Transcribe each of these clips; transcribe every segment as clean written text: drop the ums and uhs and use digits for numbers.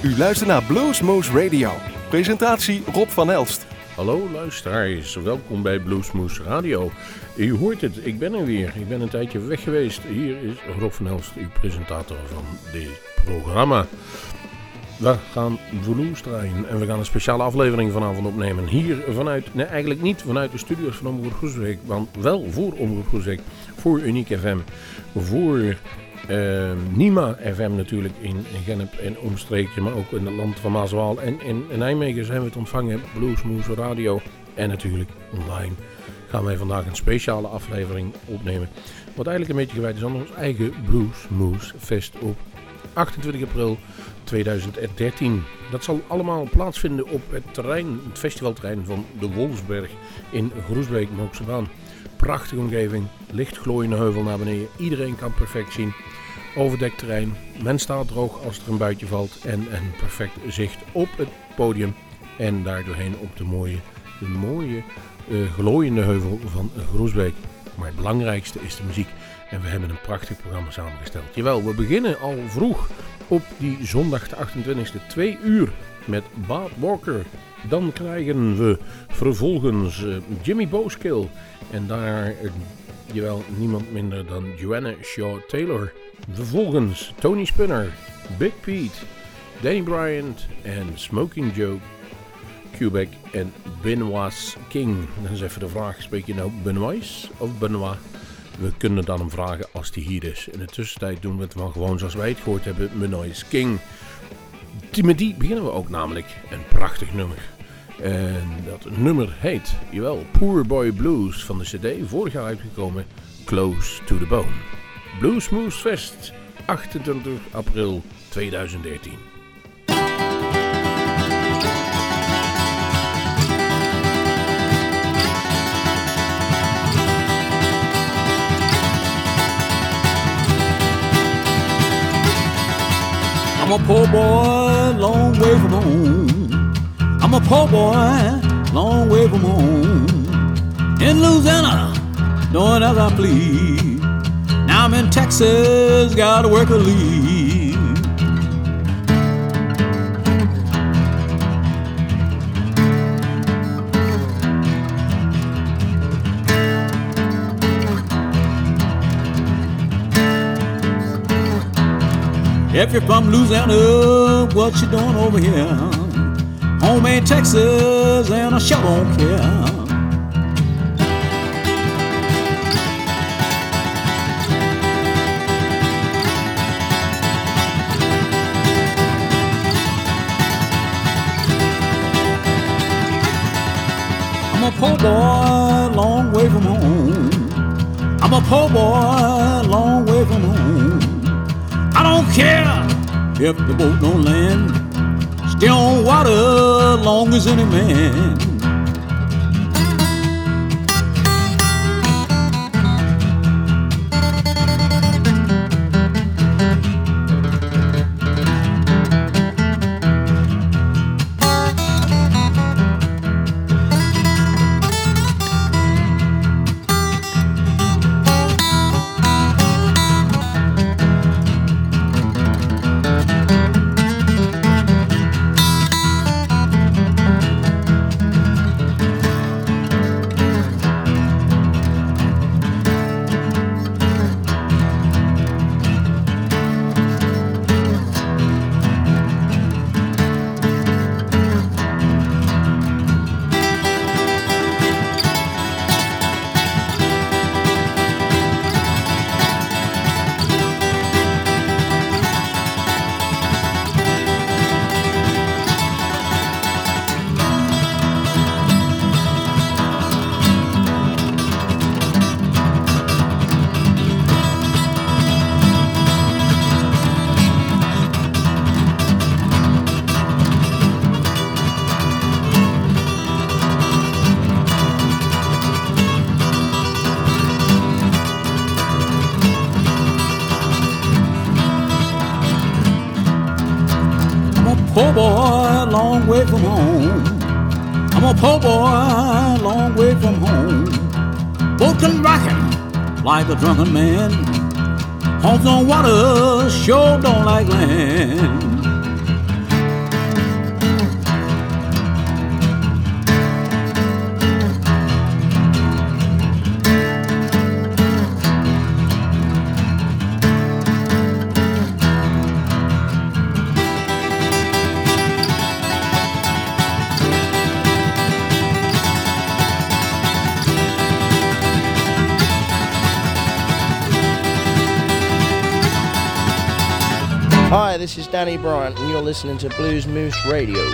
U luistert naar Bluesmoose Radio. Presentatie Rob van Elst. Hallo luisteraars, welkom bij Bluesmoose Radio. U hoort het, ik ben er weer. Ik ben een tijdje weg geweest. Hier is Rob van Elst, uw presentator van dit programma. We gaan blues draaien en we gaan een speciale aflevering vanavond opnemen. Hier vanuit, nee eigenlijk niet vanuit de studio's van Omroep Groesbeek, want wel voor Omroep Groesbeek, voor Uniek FM, voor Nima FM natuurlijk in Gennep en omstreken, maar ook in het land van Maaswaal. En in Nijmegen zijn we te ontvangen, Bluesmoose Radio. En natuurlijk online gaan wij vandaag een speciale aflevering opnemen. Wat eigenlijk een beetje gewijd is aan ons eigen Bluesmoose Fest op 28 april 2013. Dat zal allemaal plaatsvinden op het terrein, het festivalterrein van de Wolfsberg in Groesbeek, Mookse Baan. Prachtige omgeving, licht glooiende heuvel naar beneden. Iedereen kan perfect zien. Overdekt terrein. Men staat droog als er een buitje valt. En een perfect zicht op het podium. En daardoorheen op de mooie glooiende heuvel van Groesbeek. Maar het belangrijkste is de muziek. En we hebben een prachtig programma samengesteld. Jawel, we beginnen al vroeg op die zondag de 28e 2 uur met Bart Walker. Dan krijgen we vervolgens Jimmy Bowskill. En daar, jawel, niemand minder dan Joanna Shaw Taylor. Vervolgens Tony Spinner, Big Pete, Danny Bryant en Smoking Joe Quebec en Benoit King. Dan is even de vraag, spreek je nou Benoit of Benoit? We kunnen dan hem vragen als hij hier is. In de tussentijd doen we het wel gewoon zoals wij het gehoord hebben, Benoit King. Met die beginnen we ook namelijk een prachtig nummer. En dat nummer heet, jawel, Poor Boy Blues van de cd, vorig jaar uitgekomen, Close to the Bone. Bluesmoose Fest, 28 april 2013. I'm a poor boy, long way from home. I'm a poor boy, long way from home. In Louisiana, doing as I please. Now I'm in Texas, gotta work a leave. If you're from Louisiana, what you doing over here? Home in Texas, and I sure don't care. I'm a poor boy, long way from home. I'm a poor boy, long way from home. I don't care if the boat don't land. Stay on water long as any man. Poor boy, long way from home. I'm a poor boy, long way from home. Broken rockin' like a drunken man. Homes on water, sure don't like land. Hi, this is Danny Bryant, and you're listening to Blues Moose Radio.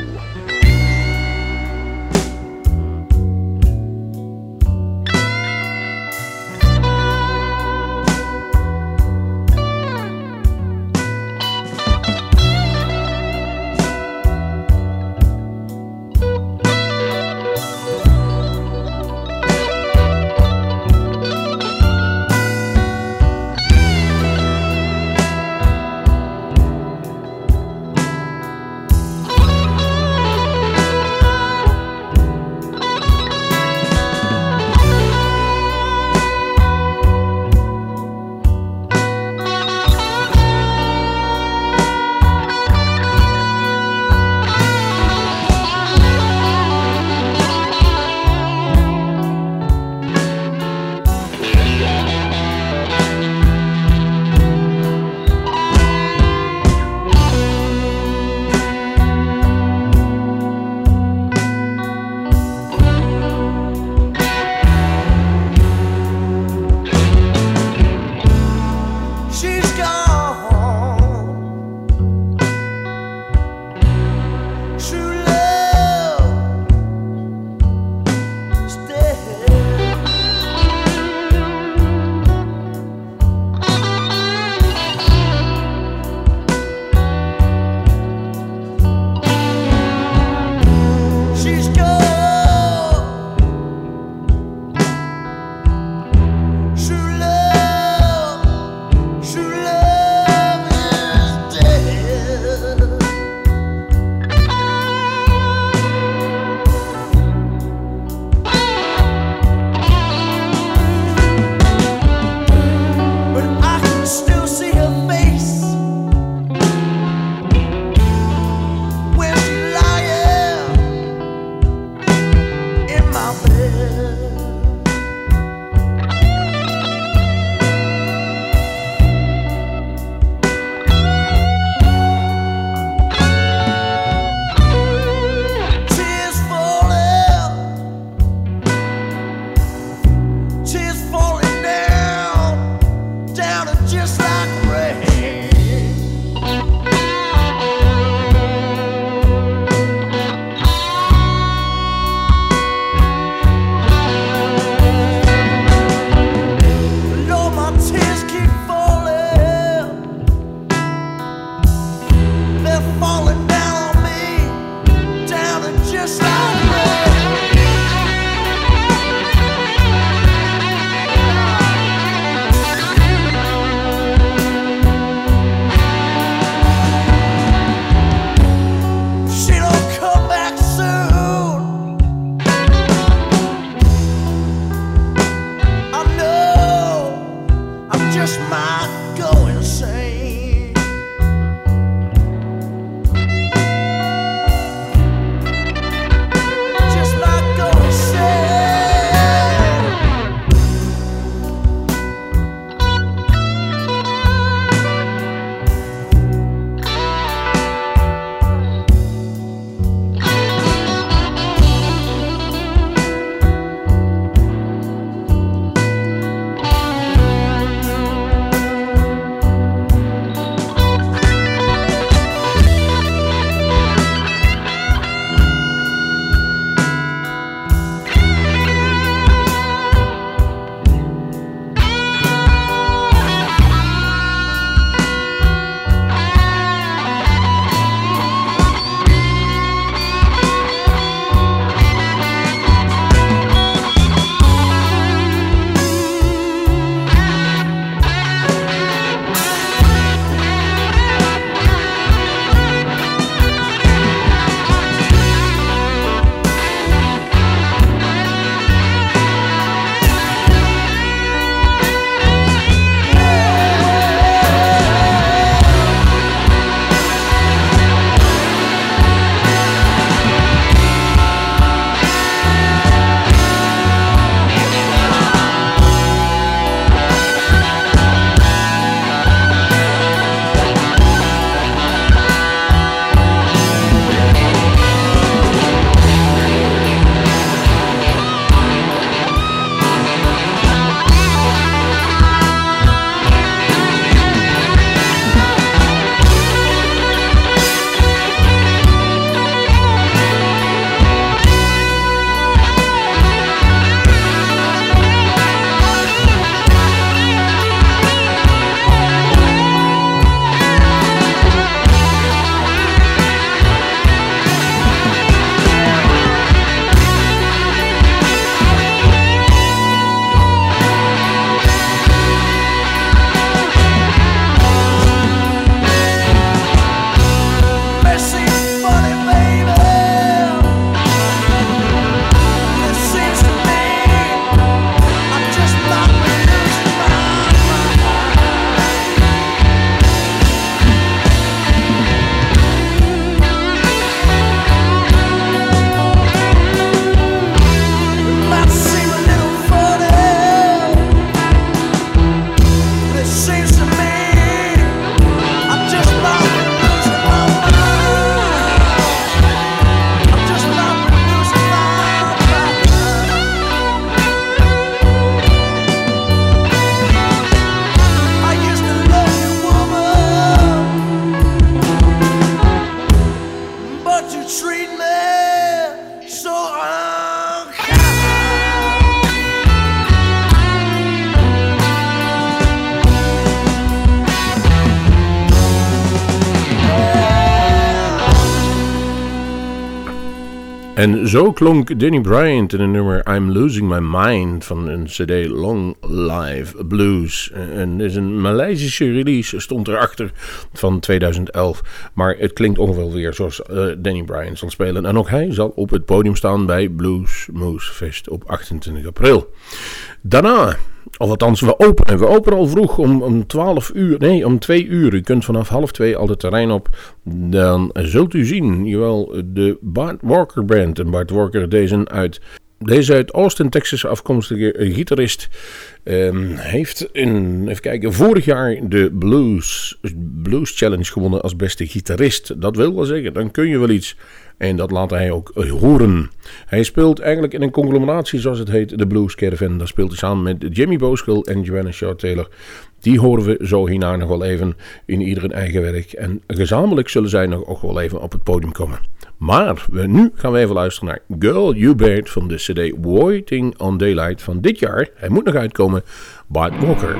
En zo klonk Danny Bryant in een nummer I'm Losing My Mind van een cd Long Live Blues. En is een Maleisische release, stond erachter, van 2011. Maar het klinkt ongeveer weer zoals Danny Bryant zal spelen. En ook hij zal op het podium staan bij Blues Moose Fest op 28 april. Daarna... Of althans, we openen al vroeg om 2 uur. U kunt vanaf 1:30 al het terrein op. Dan zult u zien, jawel, de Bart Walker Band. En Bart Walker, deze uit Austin, Texas afkomstige gitarist, heeft vorig jaar de Blues Challenge gewonnen als beste gitarist. Dat wil wel zeggen, dan kun je wel iets. En dat laat hij ook horen. Hij speelt eigenlijk in een conglomeratie, zoals het heet, de Blues Caravan. Daar speelt hij samen met Jimmy Boskill en Joanna Shaw Taylor. Die horen we zo hierna nog wel even in ieder een eigen werk. En gezamenlijk zullen zij nog ook wel even op het podium komen. Maar nu gaan we even luisteren naar Girl You Bet van de cd Waiting on Daylight van dit jaar. Hij moet nog uitkomen, Bart Walker.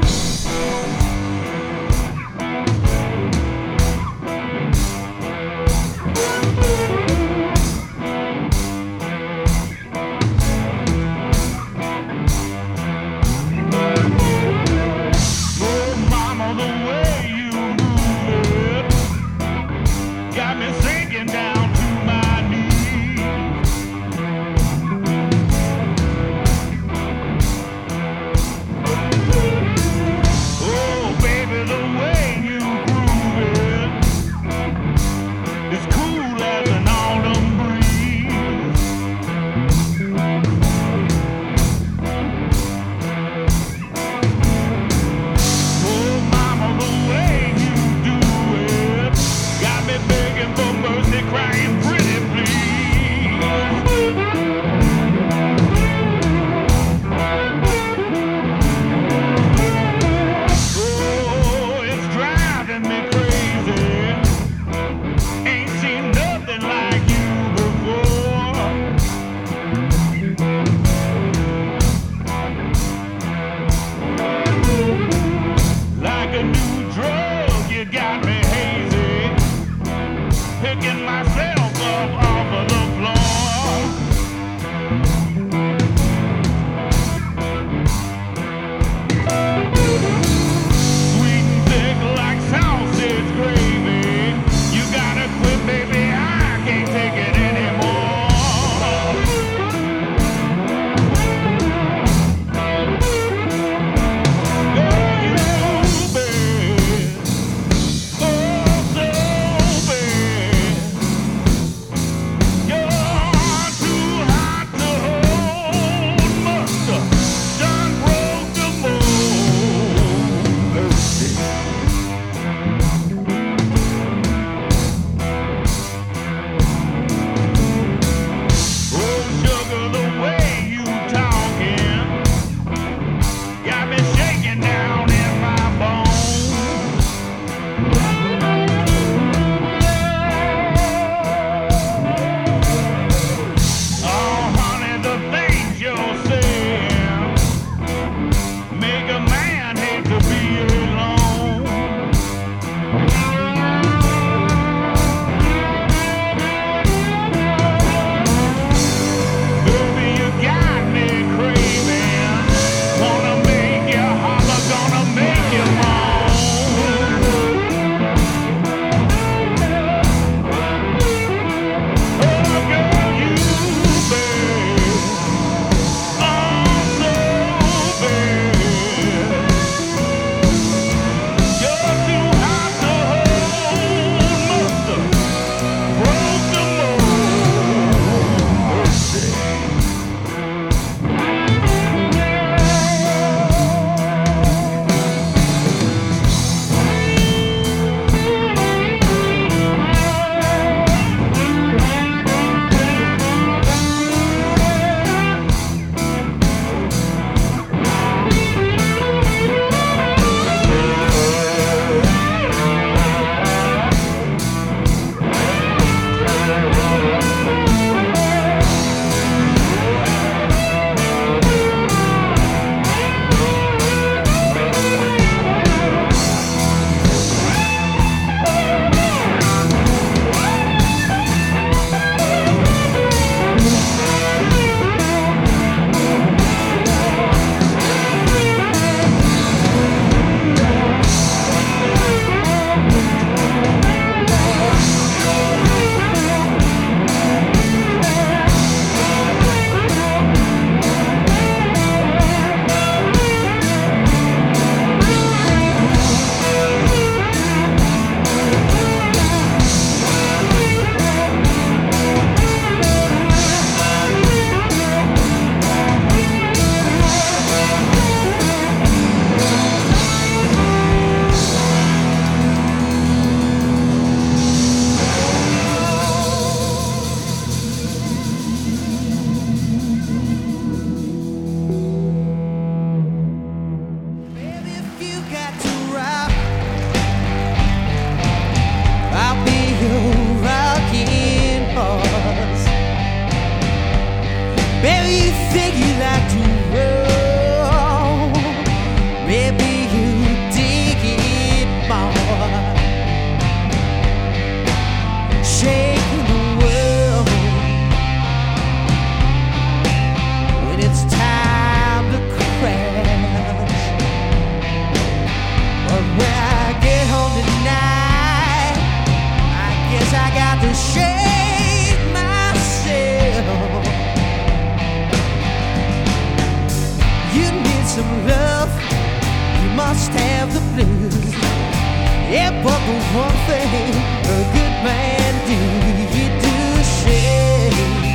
Yeah, but the one thing a good man do, you do share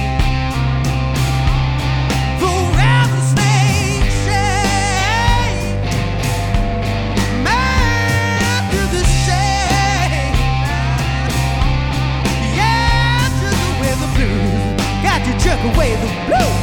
the rattlesnake shake. Man, do the shake. Yeah, jerk away the blues. Got to jerk away the blues.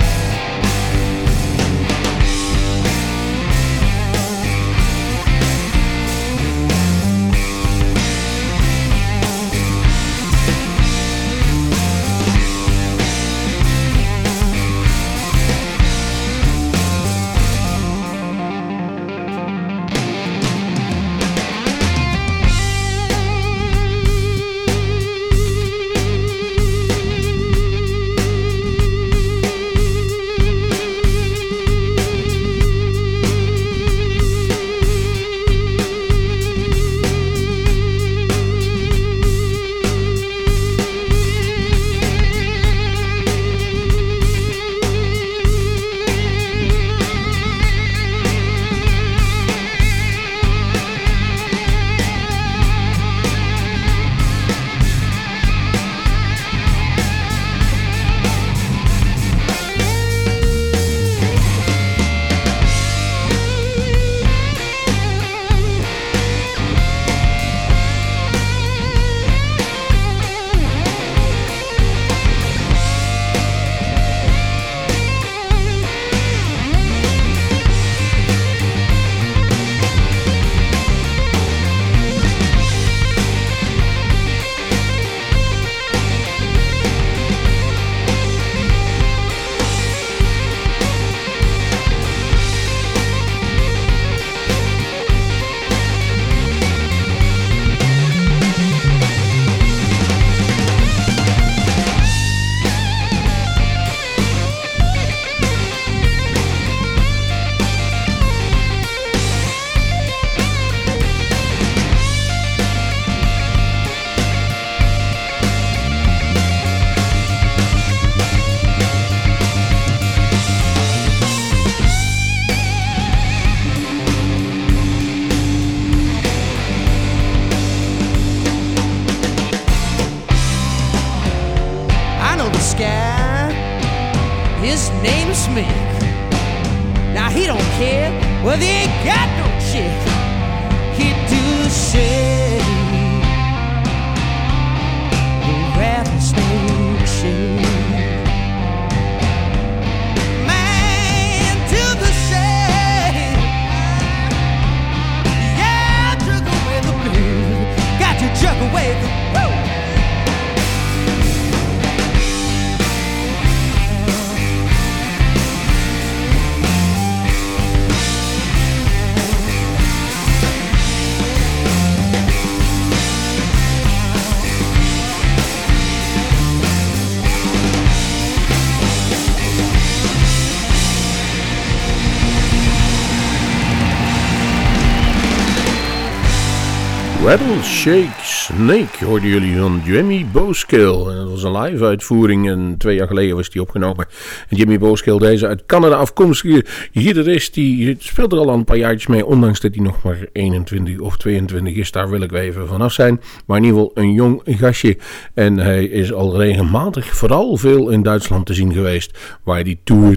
Rattleshake Snake hoorden jullie van Jimmy Bowskill. En dat was een live uitvoering en 2 jaar geleden was die opgenomen. En Jimmy Bowskill, deze uit Canada afkomstige gitarist, die speelt er al een paar jaartjes mee. Ondanks dat hij nog maar 21 of 22 is, daar wil ik wel even vanaf zijn. Maar in ieder geval een jong gastje. En hij is al regelmatig vooral veel in Duitsland te zien geweest. Waar hij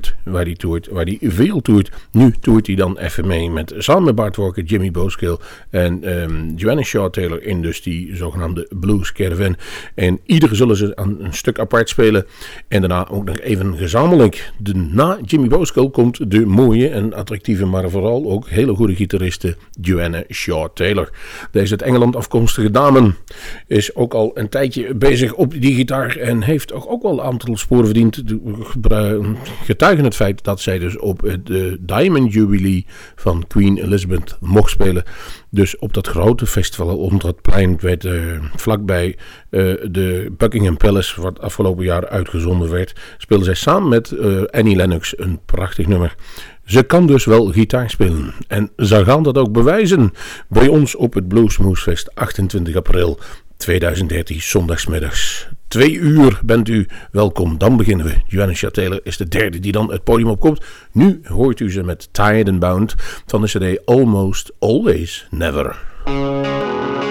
veel toert. Nu toert hij dan even mee met samen met Bart Walker, Jimmy Bowskill en Joanna Shaw Taylor in dus die zogenaamde Blues Caravan. En ieder zullen ze een stuk apart spelen. En daarna ook nog even gezamenlijk. Na Jimmy Bowskill komt de mooie en attractieve, maar vooral ook hele goede gitariste Joanna Shaw Taylor. Deze uit Engeland afkomstige dame is ook al een tijdje bezig op die gitaar en heeft ook wel een aantal sporen verdiend. Getuigen het feit dat zij dus op de Diamond Jubilee van Queen Elizabeth mocht spelen. Dus op dat grote festival onder het plein werd vlakbij de Buckingham Palace, wat afgelopen jaar uitgezonden werd, speelde zij samen met Annie Lennox een prachtig nummer. Ze kan dus wel gitaar spelen. En ze gaan dat ook bewijzen bij ons op het Bluesmoesfest 28 april 2013, zondagsmiddags. 2 uur bent u welkom. Dan beginnen we. Joanna Shaw Taylor is de derde die dan het podium opkomt. Nu hoort u ze met Tired and Bound van de CD Almost Always Never.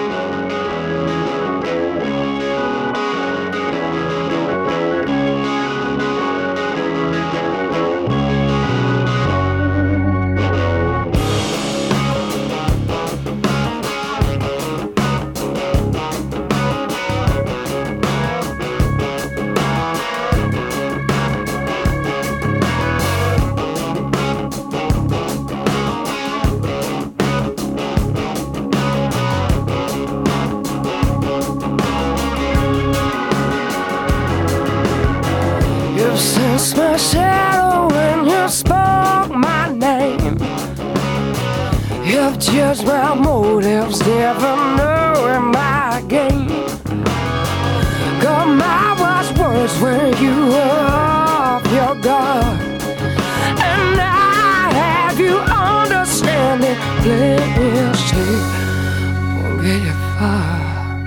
was my shadow when you spoke my name. You've judged my motives, never knowing my game. Got my last words when you were off your guard, and I have you understanding. Please won't get you far.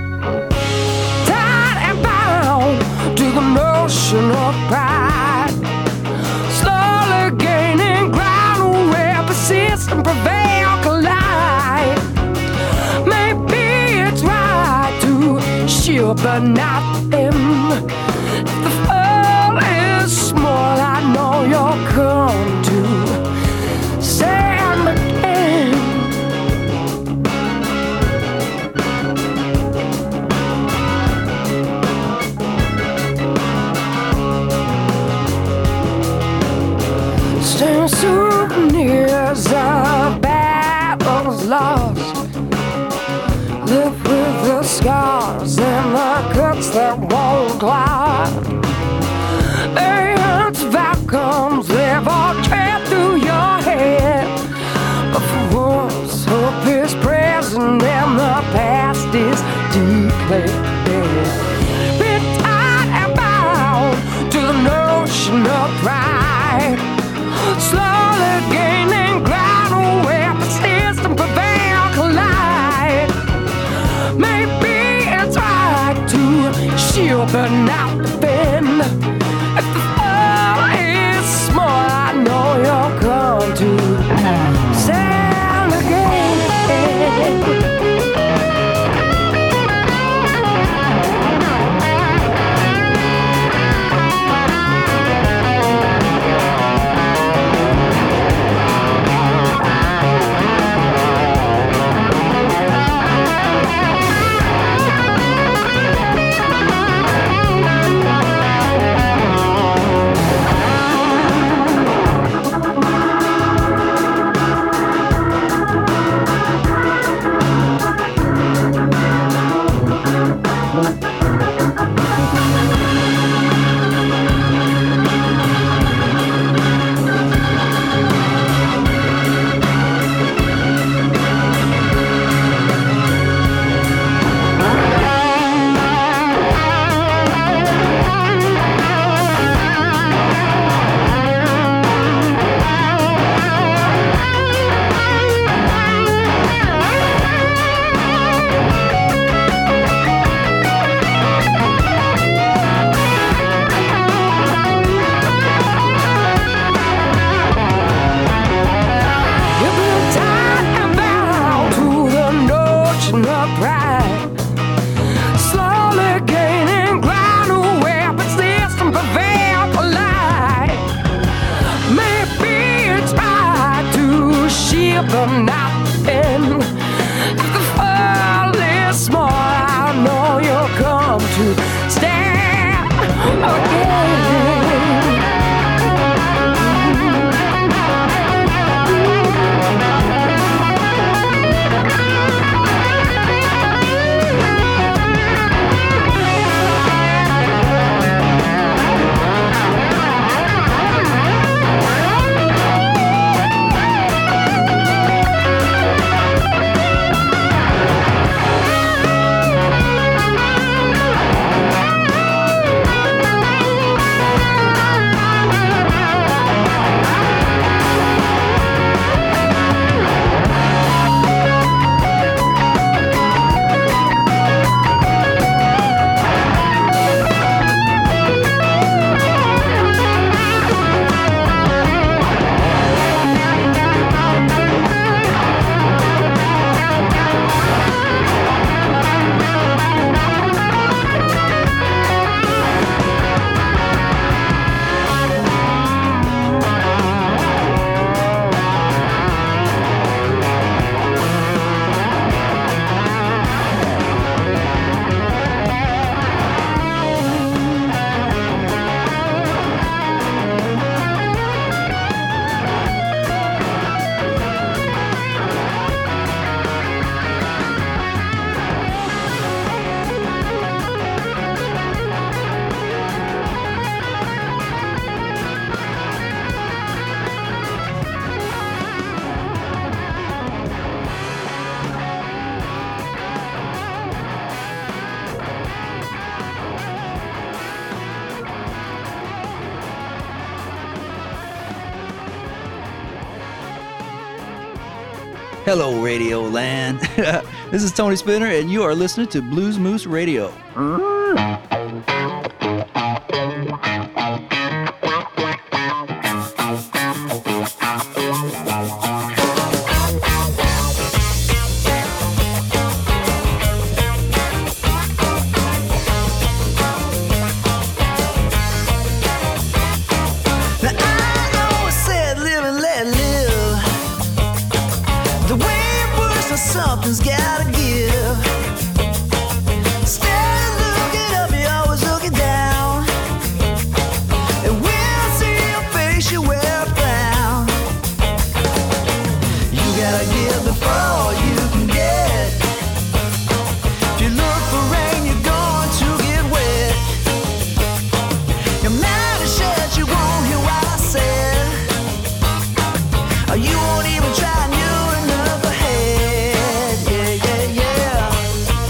Tied and bound to the notion of pride, slowly gaining ground where persistent prevail collide. Maybe it's right to shield but not thin. If the fall is small, I know you'll come to stand again. Same souvenirs of battles lost, live with the scars and the cuts that won't clot. Millions of outcomes live all trapped through your head, but for once hope is present and the past is deeply dead. Been tied and bound to the notion of pride, slowly gaining ground where persistent prevail collide. Maybe it's right to shield but not defend. If the fall is small, I know you'll come to stand again. Hello, Radio Land. This is Tony Spinner, and you are listening to Blues Moose Radio. Something's gotta give. Instead of looking up, you're always looking down. And when I see your face, you wear a frown. You gotta give before you can get. If you look for rain, you're going to get wet. You're mad as shit, you won't hear what I said. You won't even try, and you're enough ahead. Yeah, yeah, yeah.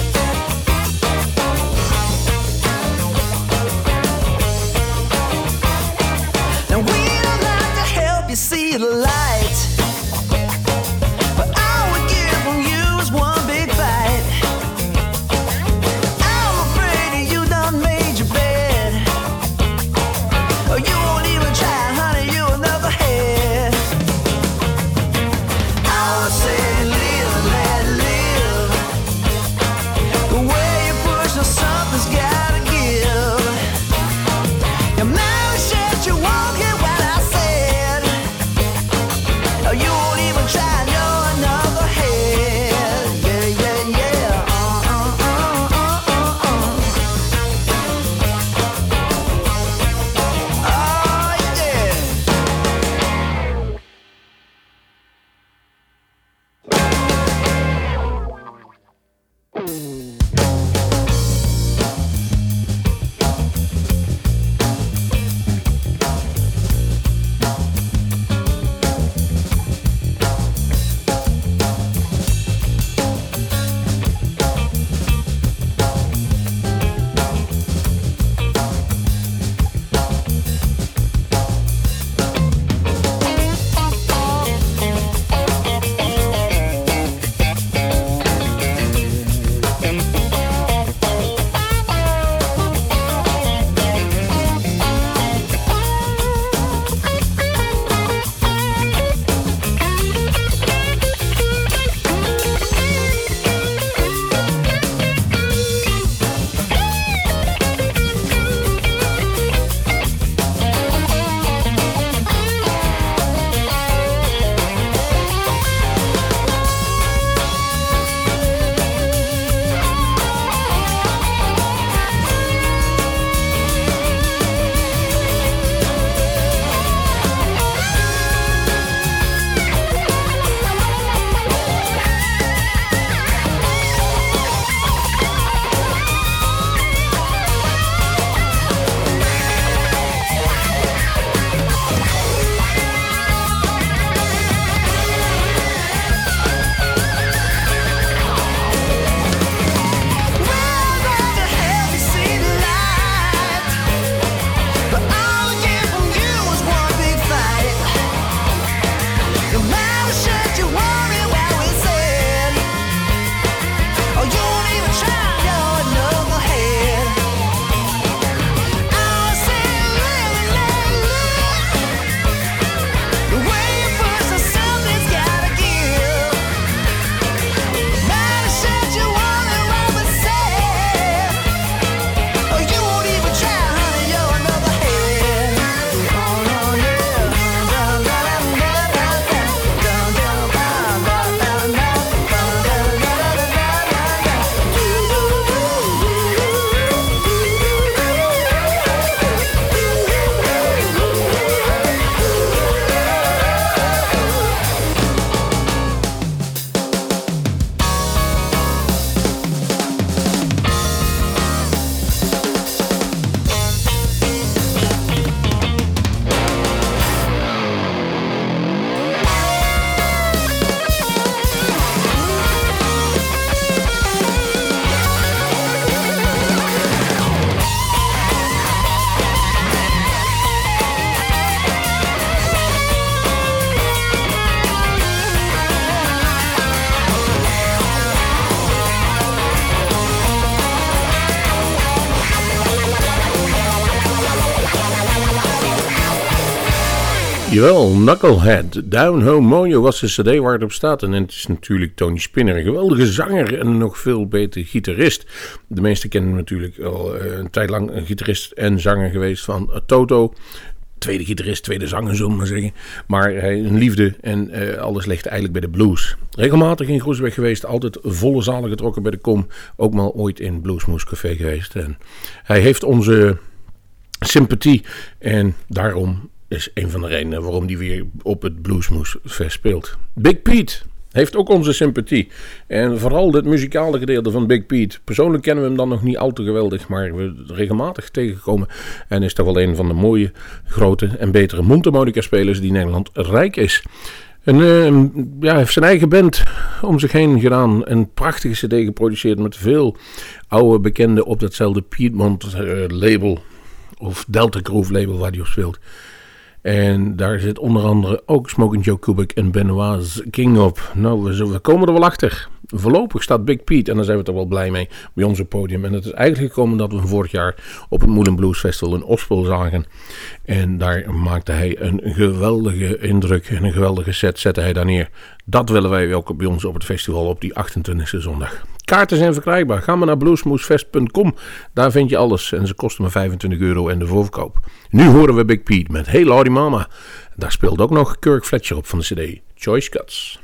Jawel, Knucklehead. Down Home Mojo was de cd waar het op staat. En het is natuurlijk Tony Spinner, een geweldige zanger en een nog veel beter gitarist. De meesten kennen hem natuurlijk al een tijd lang een gitarist en zanger geweest van Toto. Tweede gitarist, tweede zanger, zullen we maar zeggen. Maar hij een liefde en alles ligt eigenlijk bij de blues. Regelmatig in Groesbeek geweest, altijd volle zalen getrokken bij de Kom. Ook maar ooit in Bluesmoose Café geweest. En hij heeft onze sympathie en daarom is een van de redenen waarom hij weer op het Bluesmoose Fest speelt. Big Pete heeft ook onze sympathie. En vooral het muzikale gedeelte van Big Pete. Persoonlijk kennen we hem dan nog niet al te geweldig, maar we regelmatig tegengekomen. En is toch wel een van de mooie, grote en betere mondharmonica-spelers die Nederland rijk is. En hij heeft zijn eigen band om zich heen gedaan. Een prachtige cd geproduceerd met veel oude bekenden op datzelfde Piedmont label. Of Delta Groove label waar hij op speelt. En daar zit onder andere ook Smoking Joe Kubik en Benoit King op. Nou, we komen er wel achter. Voorlopig staat Big Pete, en daar zijn we toch wel blij mee, bij ons op podium. En het is eigenlijk gekomen dat we hem vorig jaar op het Moulin Blues Festival in Ospel zagen. En daar maakte hij een geweldige indruk en een geweldige set zette hij daar neer. Dat willen wij ook bij ons op het festival op die 28e zondag. Kaarten zijn verkrijgbaar. Ga maar naar bluesmoosefest.com. Daar vind je alles. En ze kosten maar €25 en de voorverkoop. Nu horen we Big Pete met Hey Lordy Mama. Daar speelt ook nog Kirk Fletcher op van de cd Choice Cuts.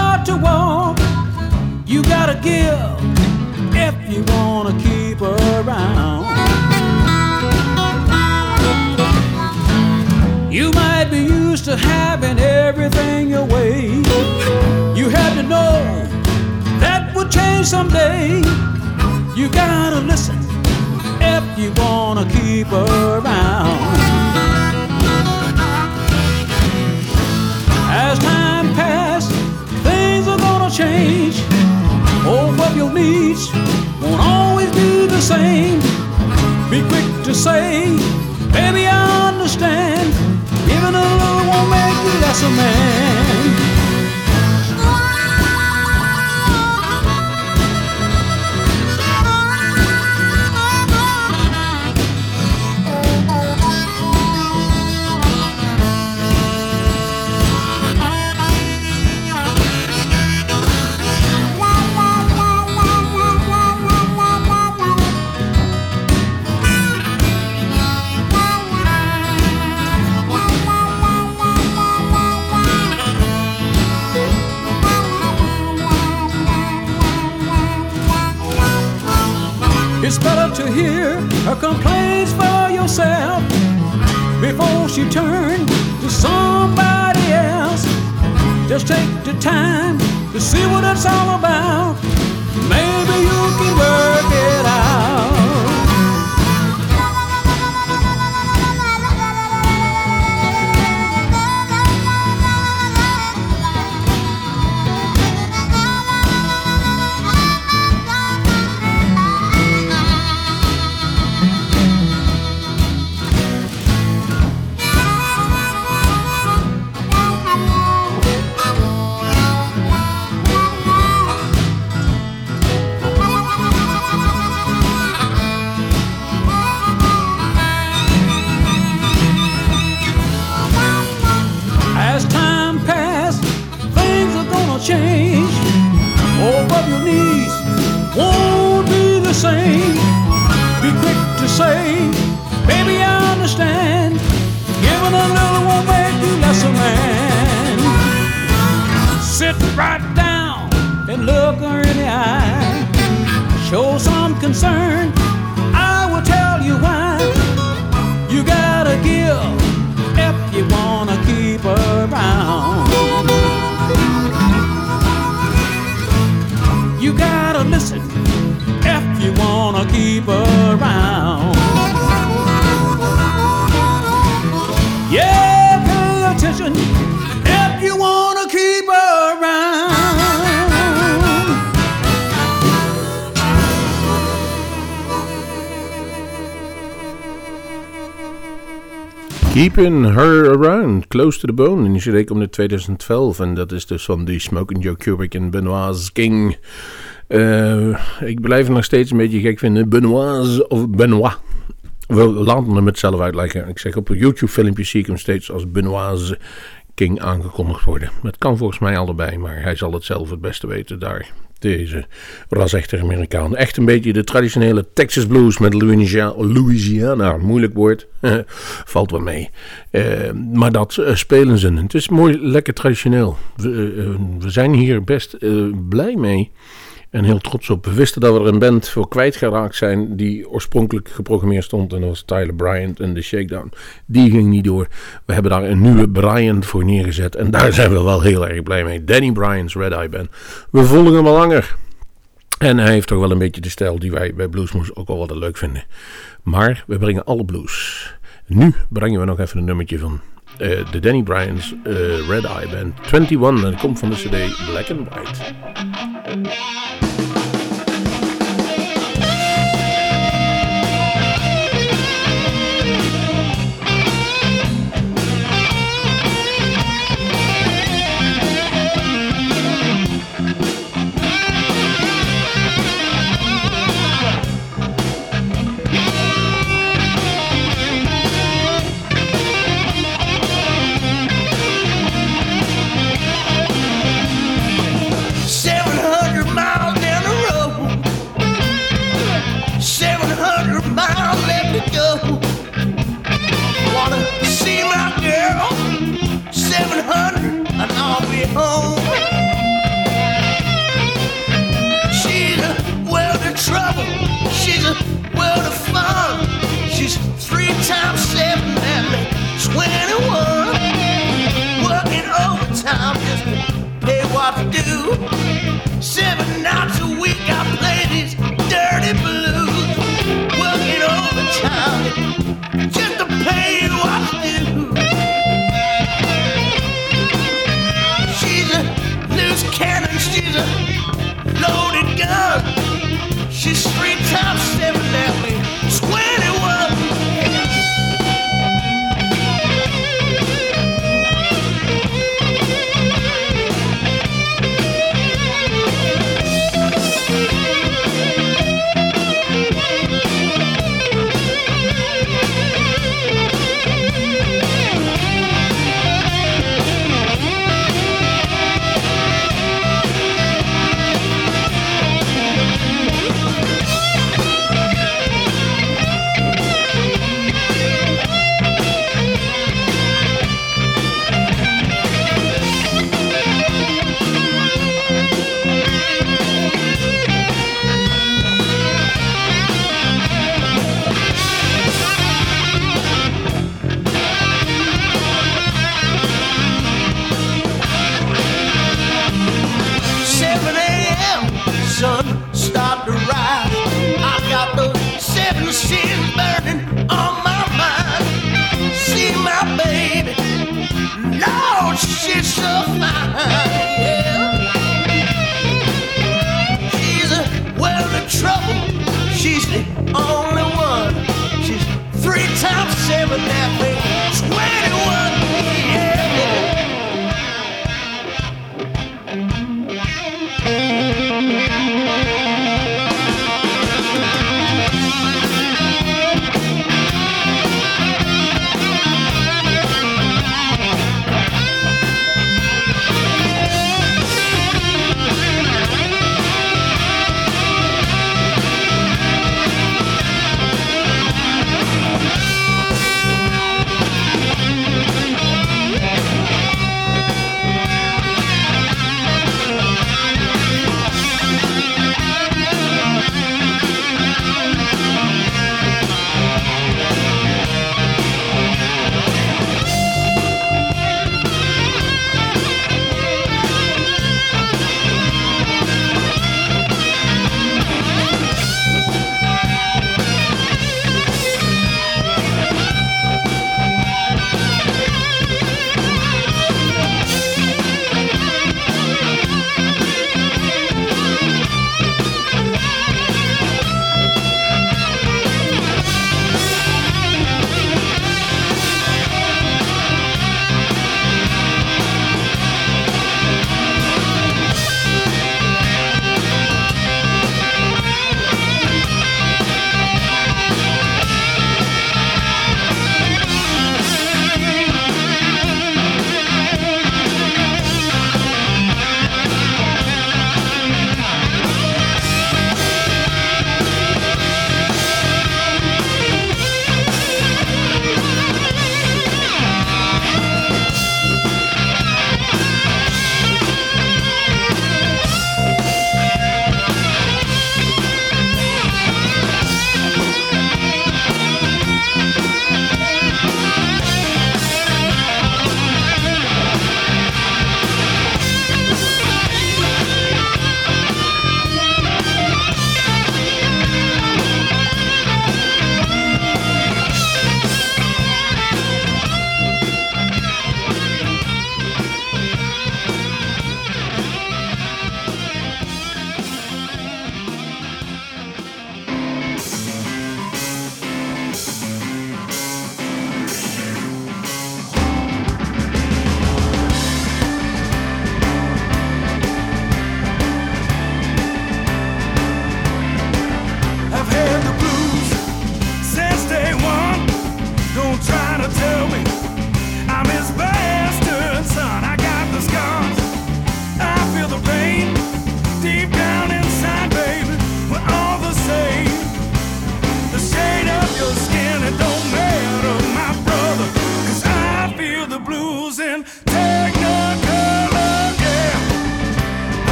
start to walk, you gotta give if you wanna keep her around. You might be used to having everything your way. You had to know that would change someday. You gotta listen if you wanna keep her around. As time passes, things are gonna change. All of your needs won't always be the same. Be quick to say, baby, I understand. Giving a little won't make you less a man. It's better to hear her complaints for yourself before she turns to somebody else. Just take the time to see what it's all about. Maybe you can work it out. Change. All of your needs won't be the same. Be quick to say, baby, I understand. Giving a little won't make you less a man. Sit right down and look her in the eye. Show some concern, I will tell you why. You gotta give if you wanna keep her around. You gotta listen if you wanna keep her around. Yeah, pay attention if you wanna keep her around. Keeping Her Around, Close to the Bone. En die CD komt in 2012 en dat is dus van die Smoking Joe Kubik en Benoit King. Ik blijf het nog steeds een beetje gek vinden. Benoit of Benoit. We laten hem het zelf uitleggen. Ik zeg op een YouTube filmpje zie ik hem steeds als Benoit King aangekondigd worden. Het kan volgens mij allebei, maar hij zal het zelf het beste weten daar. Deze ras-echte Amerikaan. Echt een beetje de traditionele Texas blues met Louisiana. Moeilijk woord. Valt wel mee. Maar dat spelen ze. Het is mooi, lekker traditioneel. We zijn hier best blij mee. En heel trots op. We wisten dat we er een band voor kwijtgeraakt zijn die oorspronkelijk geprogrammeerd stond. En dat was Tyler Bryant en The Shakedown. Die ging niet door. We hebben daar een nieuwe Bryant voor neergezet. En daar zijn we wel heel erg blij mee. Danny Bryant's Red Eye Band. We volgen hem al langer. En hij heeft toch wel een beetje de stijl die wij bij Bluesmoose ook wel wat leuk vinden. Maar we brengen alle blues. Nu brengen we nog even een nummertje van de Danny Bryant's Red Eye Band 21. En dat komt van de CD Black and White. miles 7 nights a week I play these dirty blues, working overtime just to pay what's due. She's a loose cannon, she's a loaded gun. She's 3 times 7 that way, 21. Sun start to rise. I got those 7 sins burning on my mind. See my baby, Lord, she's so fine. Yeah. She's a world of trouble. She's the only one. She's 3 times 7 that way, 21. Yeah.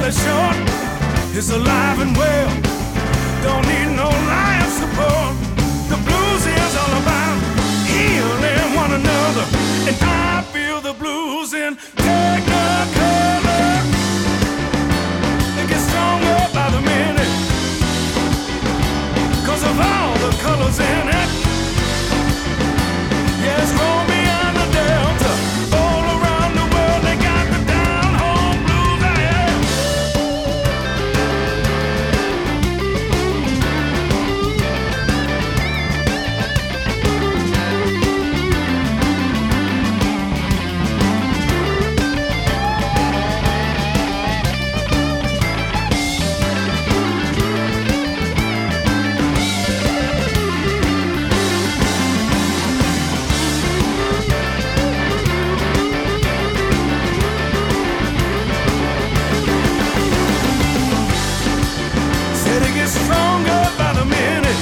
it short, it's alive and well. Don't need no life support. The blues is all about healing one another, and I feel the blues in Technicolor. It gets stronger by the minute, 'cause of all the colors in it. Yeah, it's grown beyond the delta. All around the world they got the down home blues. Stronger by the minute,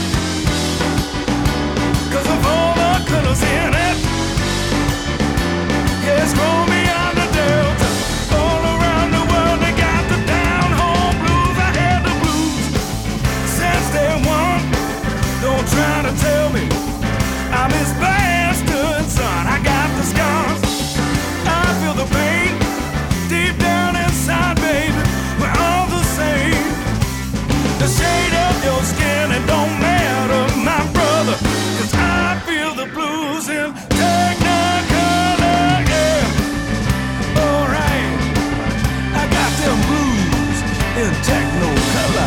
'cause of all the colors in it. Yeah, it's grown beyond the delta. All around the world they got the down home blues. I had the blues since day one. Don't try to tell me I'm his bastard son. I got the scars, I feel the pain deep down inside, baby. We're all the same. The shade of your skin, it don't matter, my brother, 'cause I feel the blues in Technicolor, yeah. Alright, I got them blues in Technicolor.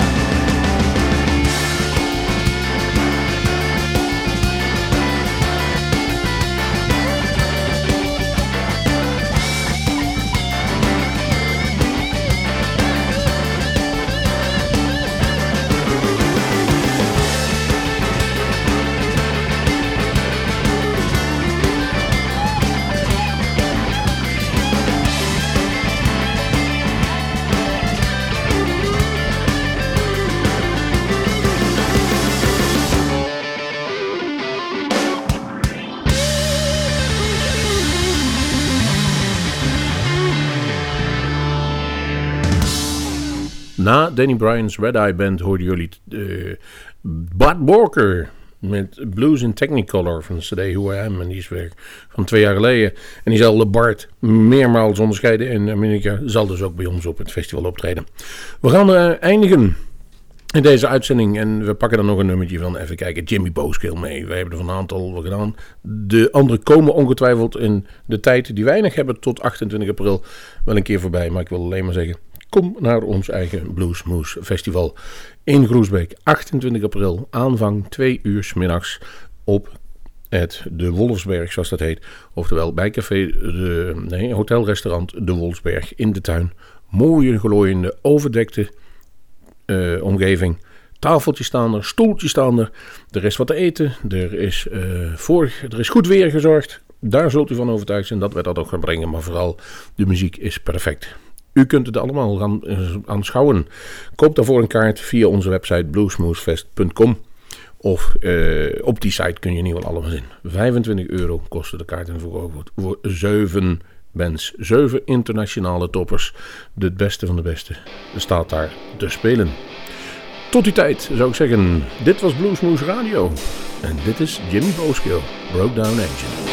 Na Danny Bryan's Red Eye Band hoorden jullie Bud Walker met Blues in Technicolor van de CD Who I Am. En die is weer van 2 jaar geleden. En diezelfde Bart, meermaals onderscheiden in Amerika, zal dus ook bij ons op het festival optreden. We gaan eindigen in deze uitzending en we pakken er nog een nummertje van. Even kijken, Jimmy Bowskill mee. We hebben er van een aantal gedaan. De andere komen ongetwijfeld in de tijd die weinig hebben tot 28 april wel een keer voorbij. Maar ik wil alleen maar zeggen, kom naar ons eigen Bluesmoose Festival in Groesbeek. 28 april, aanvang 2 uur 's middags op de Wolfsberg, zoals dat heet. Oftewel bij hotelrestaurant De Wolfsberg in de tuin. Mooie, glooiende, overdekte omgeving. Tafeltjes staan er, stoeltjes staan er. Er is wat te eten. Er is goed weer gezorgd. Daar zult u van overtuigd zijn dat wij dat ook gaan brengen. Maar vooral, de muziek is perfect. U kunt het allemaal gaan aanschouwen. Koop daarvoor een kaart via onze website bluesmoosefest.com. Of op die site kun je in ieder geval alles in. €25 kosten de kaarten voor 7 bands. 7 internationale toppers. De beste van de beste staat daar te spelen. Tot die tijd zou ik zeggen, dit was Bluesmoose Radio. En dit is Jimmy Bowskill, Broke Down Engine.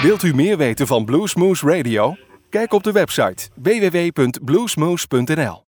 Wilt u meer weten van Bluesmoose Radio? Kijk op de website www.bluesmoose.nl.